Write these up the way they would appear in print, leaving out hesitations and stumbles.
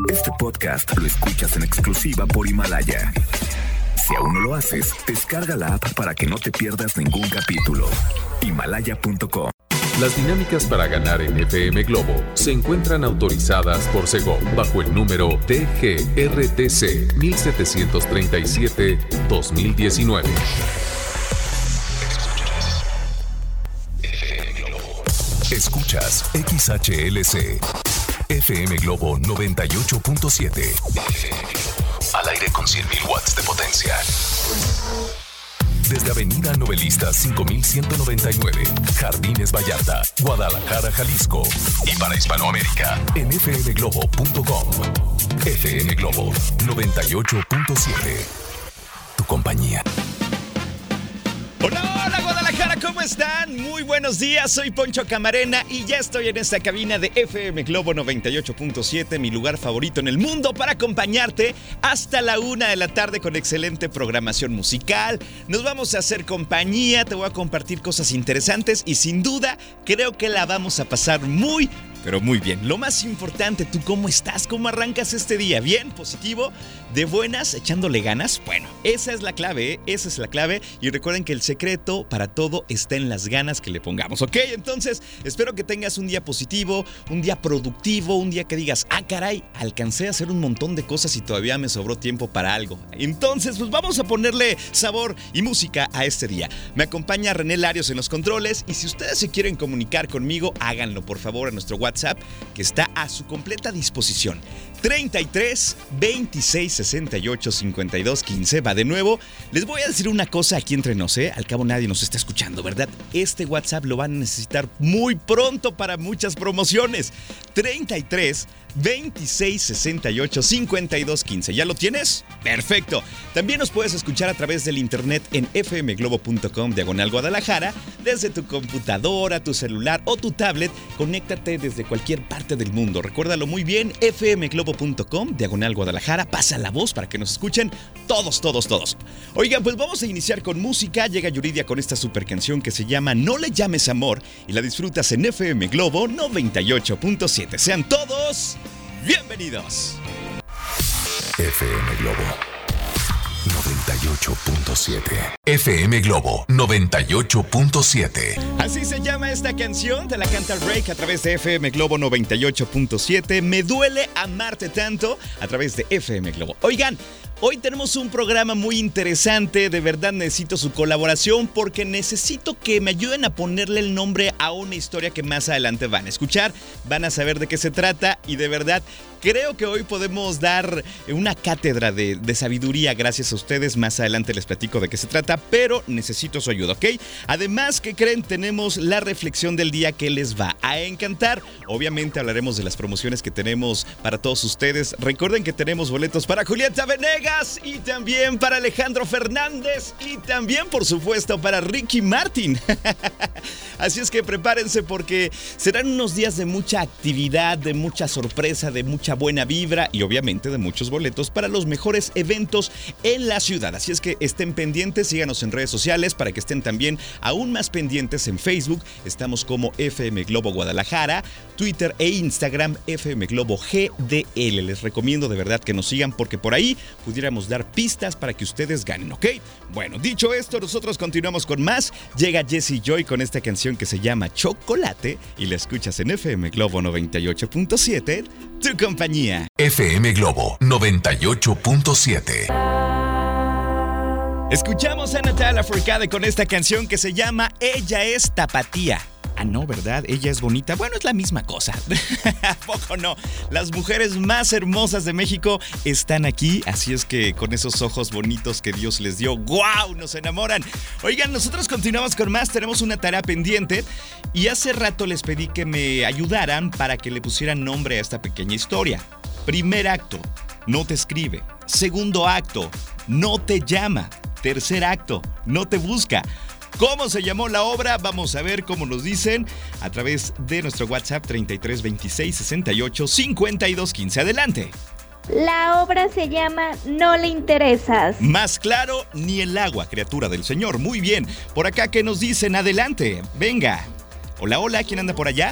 Este podcast lo escuchas en exclusiva por Himalaya. Si aún no lo haces, descarga la app para que no te pierdas ningún capítulo. Himalaya.com. Las dinámicas para ganar en FM Globo se encuentran autorizadas por Segov bajo el número TGRTC 1737-2019. Escuchas XHLC FM Globo 98.7. Al aire con 100.000 watts de potencia. Desde Avenida Novelista 5199, Jardines Vallarta, Guadalajara, Jalisco. Y para Hispanoamérica, en fmglobo.com. FM Globo 98.7. Tu compañía. Hola, hola Guadalajara, ¿cómo están? Muy buenos días, soy Poncho Camarena y ya estoy en esta cabina de FM Globo 98.7, mi lugar favorito en el mundo para acompañarte hasta la 1 de la tarde con excelente programación musical. Nos vamos a hacer compañía, te voy a compartir cosas interesantes y sin duda creo que la vamos a pasar muy, pero muy bien. Lo más importante, ¿tú cómo estás? ¿Cómo arrancas este día? ¿Bien? ¿Positivo? ¿De buenas? ¿Echándole ganas? Bueno, esa es la clave, ¿eh? Esa es la clave. Y recuerden que el secreto para todo está en las ganas que le pongamos, ¿ok? Entonces, espero que tengas un día positivo, un día productivo, un día que digas, ah, caray, alcancé a hacer un montón de cosas y todavía me sobró tiempo para algo. Entonces, pues vamos a ponerle sabor y música a este día. Me acompaña René Larios en los controles y si ustedes se quieren comunicar conmigo, háganlo por favor a nuestro WhatsApp, que está a su completa disposición. 33 26 68 52 15. Va de nuevo. Les voy a decir una cosa aquí entre nos, ¿eh? Al cabo nadie nos está escuchando, ¿verdad? Este WhatsApp lo van a necesitar muy pronto para muchas promociones. 33 26 68 52 15. ¿Ya lo tienes? Perfecto. También nos puedes escuchar a través del internet en fmglobo.com/Guadalajara. Desde tu computadora, tu celular o tu tablet, conéctate desde cualquier parte del mundo. Recuérdalo muy bien, fmglobo.com/Guadalajara. Pasa la voz para que nos escuchen todos. Oigan, pues vamos a iniciar con música. Llega Yuridia con esta super canción que se llama No le llames amor y la disfrutas en FM Globo 98.7. Sean todos bienvenidos. FM Globo 98.7. FM Globo 98.7. Así se llama esta canción, te la canta Rake a través de FM Globo 98.7. Me duele amarte tanto a través de FM Globo. Oigan, hoy tenemos un programa muy interesante, de verdad necesito su colaboración porque necesito que me ayuden a ponerle el nombre a una historia que más adelante van a escuchar, van a saber de qué se trata y de verdad creo que hoy podemos dar una cátedra de sabiduría gracias a ustedes. Más adelante les platico de qué se trata, pero necesito su ayuda, ¿ok? Además, ¿qué creen? Tenemos la reflexión del día que les va a encantar. Obviamente hablaremos de las promociones que tenemos para todos ustedes. Recuerden que tenemos boletos para Julieta Venegas y también para Alejandro Fernández y también, por supuesto, para Ricky Martin. Así es que prepárense porque serán unos días de mucha actividad, de mucha sorpresa, de mucha buena vibra y obviamente de muchos boletos para los mejores eventos en la ciudad. Así es que estén pendientes, síganos en redes sociales para que estén también aún más pendientes en Facebook. Estamos como FM Globo Guadalajara, Twitter e Instagram FM Globo GDL. Les recomiendo de verdad que nos sigan porque por ahí pudiéramos dar pistas para que ustedes ganen, ¿ok? Bueno, dicho esto, nosotros continuamos con más. Llega Jessie Joy con esta canción que se llama Chocolate y la escuchas en FM Globo 98.7, tu compañía. FM Globo 98.7. Escuchamos a Natalia Lafourcade con esta canción que se llama Ella es Tapatía. Ah, no, ¿verdad? Ella es bonita. Bueno, es la misma cosa. ¿A poco no? Las mujeres más hermosas de México están aquí, así es que con esos ojos bonitos que Dios les dio, ¡guau! Nos enamoran. Oigan, nosotros continuamos con más, tenemos una tarea pendiente y hace rato les pedí que me ayudaran para que le pusieran nombre a esta pequeña historia. Primer acto, no te escribe. Segundo acto, no te llama. Tercer acto, no te busca. ¿Cómo se llamó la obra? Vamos a ver cómo nos dicen a través de nuestro WhatsApp 33 26 68 52 15. Adelante. La obra se llama No le interesas. Más claro, ni el agua, criatura del Señor. Muy bien. Por acá, ¿qué nos dicen? Adelante. Venga. Hola, hola. ¿Quién anda por allá?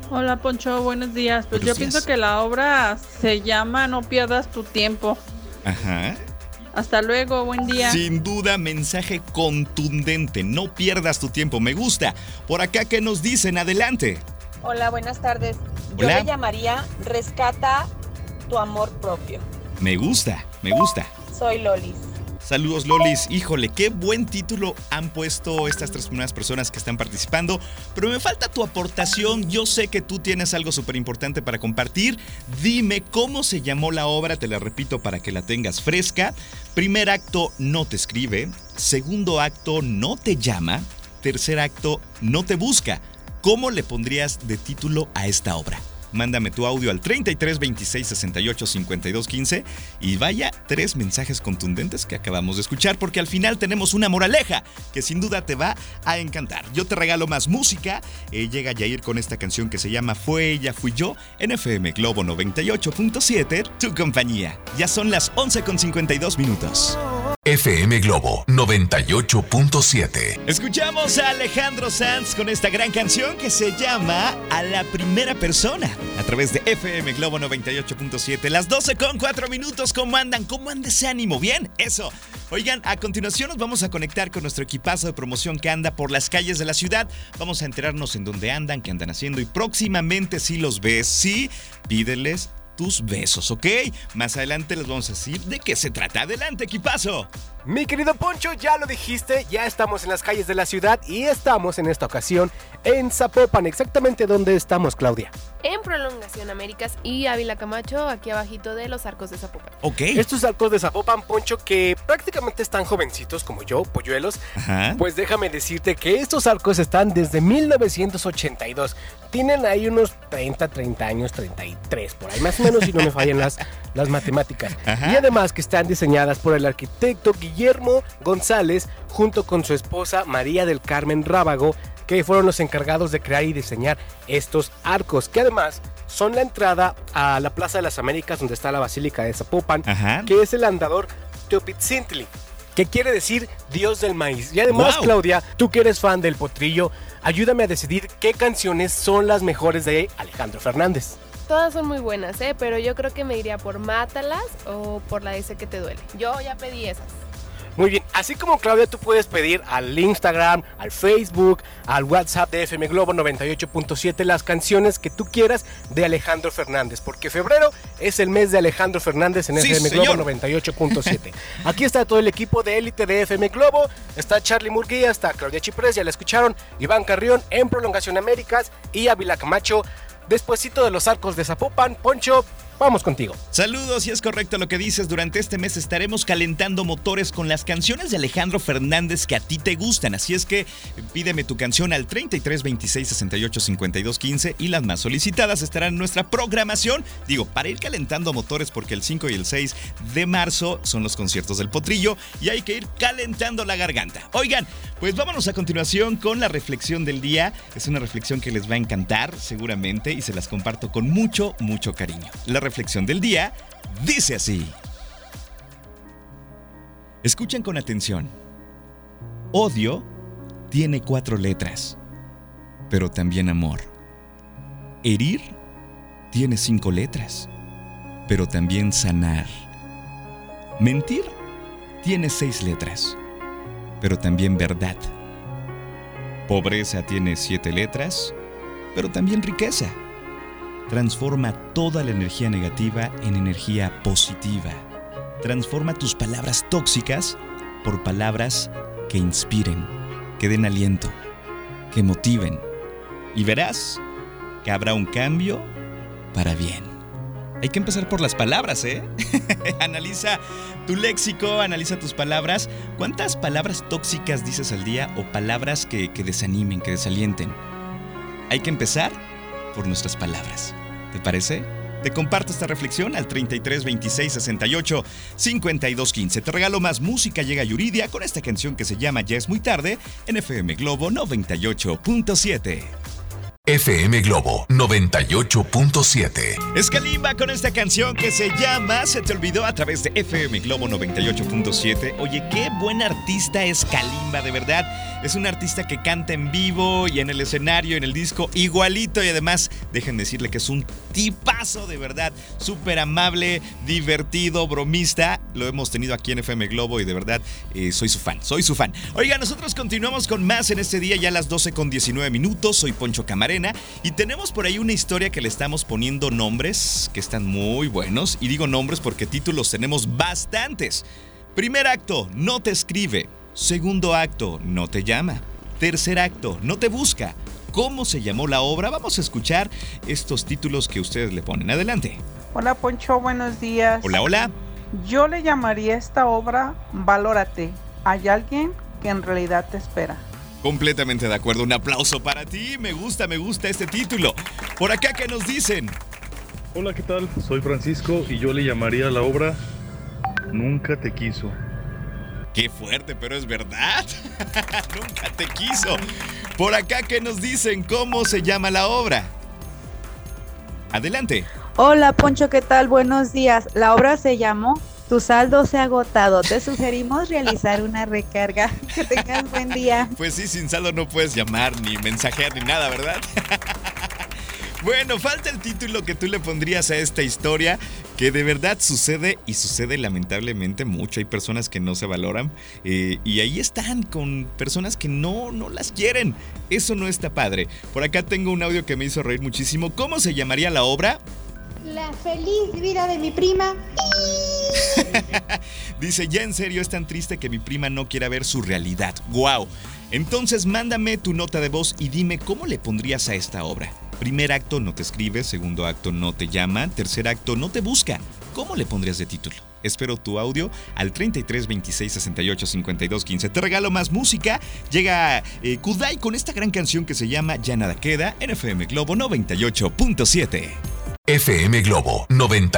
Hola Poncho, buenos días. Pues Buenos yo días. pienso que la obra se llama No pierdas tu tiempo. Ajá. Hasta luego, buen día. Sin duda, mensaje contundente. No pierdas tu tiempo. Me gusta. Por acá, ¿qué nos dicen? Adelante. Hola, buenas tardes. Yo Hola. le llamaría Rescata tu amor propio. Me gusta, me gusta. Soy Lolis. Saludos, Lolis. Híjole, qué buen título han puesto estas tres primeras personas que están participando. Pero me falta tu aportación. Yo sé que tú tienes algo súper importante para compartir. Dime cómo se llamó la obra. Te la repito para que la tengas fresca. Primer acto, no te escribe. Segundo acto, no te llama. Tercer acto, no te busca. ¿Cómo le pondrías de título a esta obra? Mándame tu audio al 33 26 68 52 15 y vaya 3 mensajes contundentes que acabamos de escuchar, porque al final tenemos una moraleja que sin duda te va a encantar. Yo te regalo más música. Llega Yair con esta canción que se llama Fue ella, fui yo en FM Globo 98.7, tu compañía. Ya son las 11:52 minutos. FM Globo 98.7. Escuchamos a Alejandro Sanz con esta gran canción que se llama A la Primera Persona a través de FM Globo 98.7. Las 12:04 minutos. ¿Cómo andan? ¿Cómo anda ese ánimo? ¿Bien? Eso. Oigan, a continuación nos vamos a conectar con nuestro equipazo de promoción que anda por las calles de la ciudad. Vamos a enterarnos en dónde andan, qué andan haciendo y próximamente si los ves, sí, pídeles tus besos, ¿ok? Más adelante les vamos a decir de qué se trata. Adelante, equipazo. Mi querido Poncho, ya lo dijiste, ya estamos en las calles de la ciudad y estamos en esta ocasión en Zapopan. Exactamente donde estamos, Claudia. En Prolongación Américas y Ávila Camacho, aquí abajito de los arcos de Zapopan. Ok. Estos arcos de Zapopan, Poncho, que prácticamente están jovencitos como yo, polluelos. Ajá. Pues déjame decirte que estos arcos están desde 1982. Tienen ahí unos 30 años, 33 por ahí, más o menos, si no me fallan las matemáticas. Ajá. Y además que están diseñadas por el arquitecto Guillermo González junto con su esposa María del Carmen Rábago, que fueron los encargados de crear y diseñar estos arcos, que además son la entrada a la Plaza de las Américas, donde está la Basílica de Zapopan, Ajá. que es el andador Teopitzintli, que quiere decir Dios del maíz. Y además, ¡Wow! Claudia, tú que eres fan del potrillo, ayúdame a decidir qué canciones son las mejores de Alejandro Fernández. Todas son muy buenas, pero yo creo que me iría por Mátalas o por la Ese que te duele. Yo ya pedí esas. Muy bien, así como Claudia, tú puedes pedir al Instagram, al Facebook, al WhatsApp de FM Globo 98.7 las canciones que tú quieras de Alejandro Fernández, porque febrero es el mes de Alejandro Fernández en Sí, FM señor. Globo 98.7. Aquí está todo el equipo de élite de FM Globo, está Charlie Murguía, está Claudia Chiprés, ya la escucharon, Iván Carrión en Prolongación Américas y Ávila Camacho, despuesito de los arcos de Zapopan. Poncho, vamos contigo. Saludos, y es correcto lo que dices. Durante este mes estaremos calentando motores con las canciones de Alejandro Fernández que a ti te gustan. Así es que pídeme tu canción al 33 26 68 52 15 y las más solicitadas estarán en nuestra programación. Digo, para ir calentando motores, porque el 5 y el 6 de marzo son los conciertos del Potrillo y hay que ir calentando la garganta. Oigan, pues vámonos a continuación con la reflexión del día. Es una reflexión que les va a encantar seguramente y se las comparto con mucho, mucho cariño. La reflexión del día dice así. Escuchen con atención. Odio tiene 4 letras, pero también amor. Herir tiene 5 letras, pero también sanar. Mentir tiene 6 letras, pero también verdad. Pobreza tiene 7 letras, pero también riqueza. Transforma toda la energía negativa en energía positiva. Transforma tus palabras tóxicas por palabras que inspiren, que den aliento, que motiven. Y verás que habrá un cambio para bien. Hay que empezar por las palabras, ¿eh? Analiza tu léxico, analiza tus palabras. ¿Cuántas palabras tóxicas dices al día o palabras que desanimen, que desalienten? Hay que empezar por nuestras palabras. ¿Te parece? Te comparto esta reflexión al 33 26 68 52 15. Te regalo más música. Llega Yuridia con esta canción que se llama Ya es muy tarde en FM Globo 98.7. FM Globo 98.7. Es Kalimba con esta canción que se llama Se te olvidó a través de FM Globo 98.7. Oye, qué buen artista es Kalimba, de verdad. Es un artista que canta en vivo y en el escenario, en el disco, igualito. Y además, dejen decirle que es un tipazo de verdad. Súper amable, divertido, bromista. Lo hemos tenido aquí en FM Globo y de verdad soy su fan. Oiga, nosotros continuamos con más en este día, ya a las 12:19. Soy Poncho Camarena y tenemos por ahí una historia que le estamos poniendo nombres que están muy buenos. Y digo nombres porque títulos tenemos bastantes. Primer acto, no te escribe. Segundo acto, no te llama. Tercer acto, no te busca. ¿Cómo se llamó la obra? Vamos a escuchar estos títulos que ustedes le ponen. Adelante. Hola Poncho, buenos días. Hola. Yo le llamaría a esta obra Valórate. Hay alguien que en realidad te espera. Completamente de acuerdo. Un aplauso para ti. Me gusta este título. Por acá, ¿qué nos dicen? Hola, ¿qué tal? Soy Francisco y yo le llamaría a la obra Nunca te quiso. Qué fuerte, pero es verdad. Nunca te quiso. Por acá, ¿qué nos dicen? ¿Cómo se llama la obra? Adelante. Hola, Poncho, ¿qué tal? Buenos días. La obra se llamó Tu saldo se ha agotado. Te sugerimos realizar una recarga. Que tengas buen día. Pues sí, sin saldo no puedes llamar, ni mensajear, ni nada, ¿verdad? Bueno, falta el título que tú le pondrías a esta historia, que de verdad sucede y sucede lamentablemente mucho. Hay personas que no se valoran y ahí están con personas que no las quieren. Eso no está padre. Por acá tengo un audio que me hizo reír muchísimo. ¿Cómo se llamaría la obra? La feliz vida de mi prima. Dice, ya en serio es tan triste que mi prima no quiera ver su realidad. ¡Guau! Entonces mándame tu nota de voz y dime cómo le pondrías a esta obra. Primer acto, no te escribe. Segundo acto, no te llama. Tercer acto, no te busca. ¿Cómo le pondrías de título? Espero tu audio al 33 26 68 52 15. Te regalo más música. Llega Kudai con esta gran canción que se llama Ya Nada Queda en FM Globo 98.7. FM Globo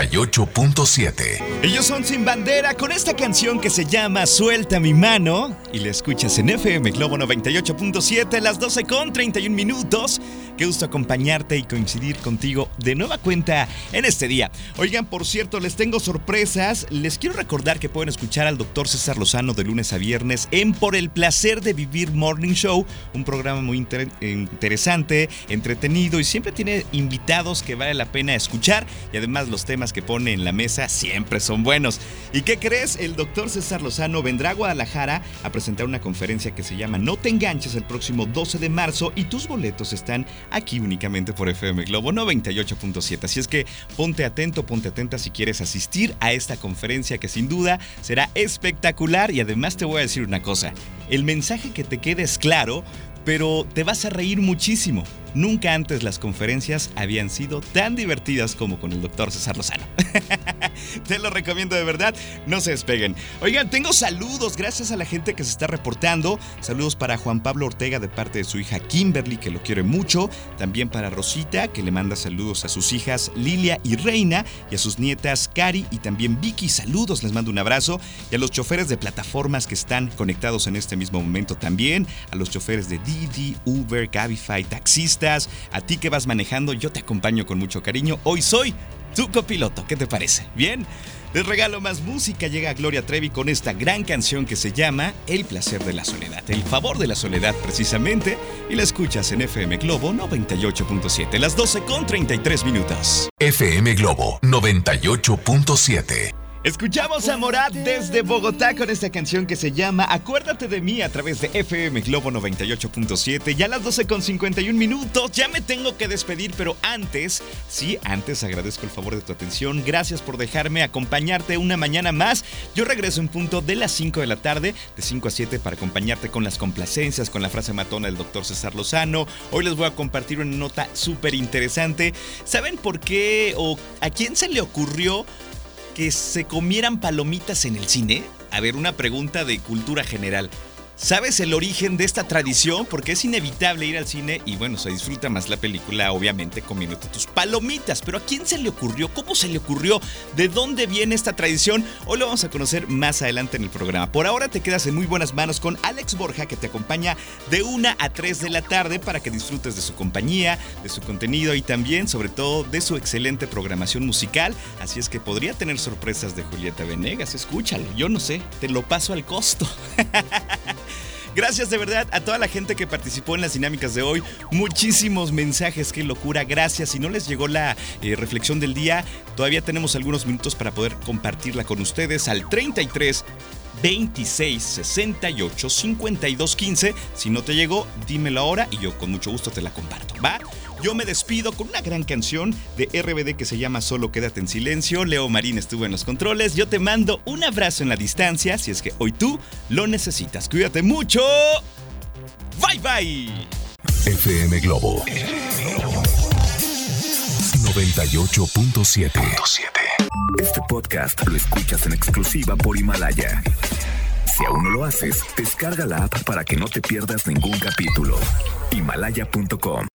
98.7. Ellos son Sin Bandera con esta canción que se llama Suelta mi mano y la escuchas en FM Globo 98.7 a las 12:31. Qué gusto acompañarte y coincidir contigo de nueva cuenta en este día. Oigan, por cierto, les tengo sorpresas. Les quiero recordar que pueden escuchar al Dr. César Lozano de lunes a viernes en Por el Placer de Vivir Morning Show, un programa muy interesante, entretenido y siempre tiene invitados que vale la pena escuchar y además los temas que pone en la mesa siempre son buenos. ¿Y qué crees? El Dr. César Lozano vendrá a Guadalajara a presentar una conferencia que se llama No te enganches el próximo 12 de marzo y tus boletos están aquí únicamente por FM Globo 98.7. Así es que ponte atento, ponte atenta si quieres asistir a esta conferencia que sin duda será espectacular y además te voy a decir una cosa. El mensaje que te quede es claro, pero te vas a reír muchísimo. Nunca antes las conferencias habían sido tan divertidas como con el Dr. César Lozano. Te lo recomiendo de verdad, no se despeguen. Oigan, tengo saludos, gracias a la gente que se está reportando. Saludos para Juan Pablo Ortega de parte de su hija Kimberly, que lo quiere mucho. También para Rosita, que le manda saludos a sus hijas Lilia y Reina y a sus nietas Cari y también Vicky. Saludos, les mando un abrazo. Y a los choferes de plataformas que están conectados en este mismo momento también. A los choferes de Didi, Uber, Cabify, taxistas. A ti que vas manejando, yo te acompaño con mucho cariño. Hoy soy tu copiloto, ¿qué te parece? ¿Bien? Les regalo más música. Llega Gloria Trevi con esta gran canción que se llama El placer de la soledad, el favor de la soledad precisamente, y la escuchas en FM Globo 98.7, las 12:33. FM Globo 98.7. Escuchamos a Morat desde Bogotá con esta canción que se llama Acuérdate de mí a través de FM Globo 98.7. Ya a las 12:51. Ya me tengo que despedir, pero antes agradezco el favor de tu atención. Gracias por dejarme acompañarte una mañana más. Yo regreso en punto de las 5 de la tarde, de 5 a 7, para acompañarte con las complacencias, con la frase matona del Dr. César Lozano. Hoy les voy a compartir una nota súper interesante. ¿Saben por qué o a quién se le ocurrió que se comieran palomitas en el cine? A ver, una pregunta de cultura general. ¿Sabes el origen de esta tradición? Porque es inevitable ir al cine y bueno, se disfruta más la película obviamente comiéndote tus palomitas. Pero ¿a quién se le ocurrió? ¿Cómo se le ocurrió? ¿De dónde viene esta tradición? Hoy lo vamos a conocer más adelante en el programa. Por ahora te quedas en muy buenas manos con Alex Borja, que te acompaña de 1 a 3 de la tarde para que disfrutes de su compañía, de su contenido y también, sobre todo, de su excelente programación musical. Así es que podría tener sorpresas de Julieta Venegas. Escúchalo, yo no sé, te lo paso al costo. Gracias de verdad a toda la gente que participó en las dinámicas de hoy. Muchísimos mensajes, qué locura. Gracias. Si no les llegó la reflexión del día, todavía tenemos algunos minutos para poder compartirla con ustedes al 33 26 68 52 15. Si no te llegó, dímelo ahora y yo con mucho gusto te la comparto, ¿va? Yo me despido con una gran canción de RBD que se llama Solo Quédate en Silencio. Leo Marín estuvo en los controles. Yo te mando un abrazo en la distancia si es que hoy tú lo necesitas. Cuídate mucho. Bye bye. FM Globo 98.7. Este podcast lo escuchas en exclusiva por Himalaya. Si aún no lo haces, descarga la app para que no te pierdas ningún capítulo. Himalaya.com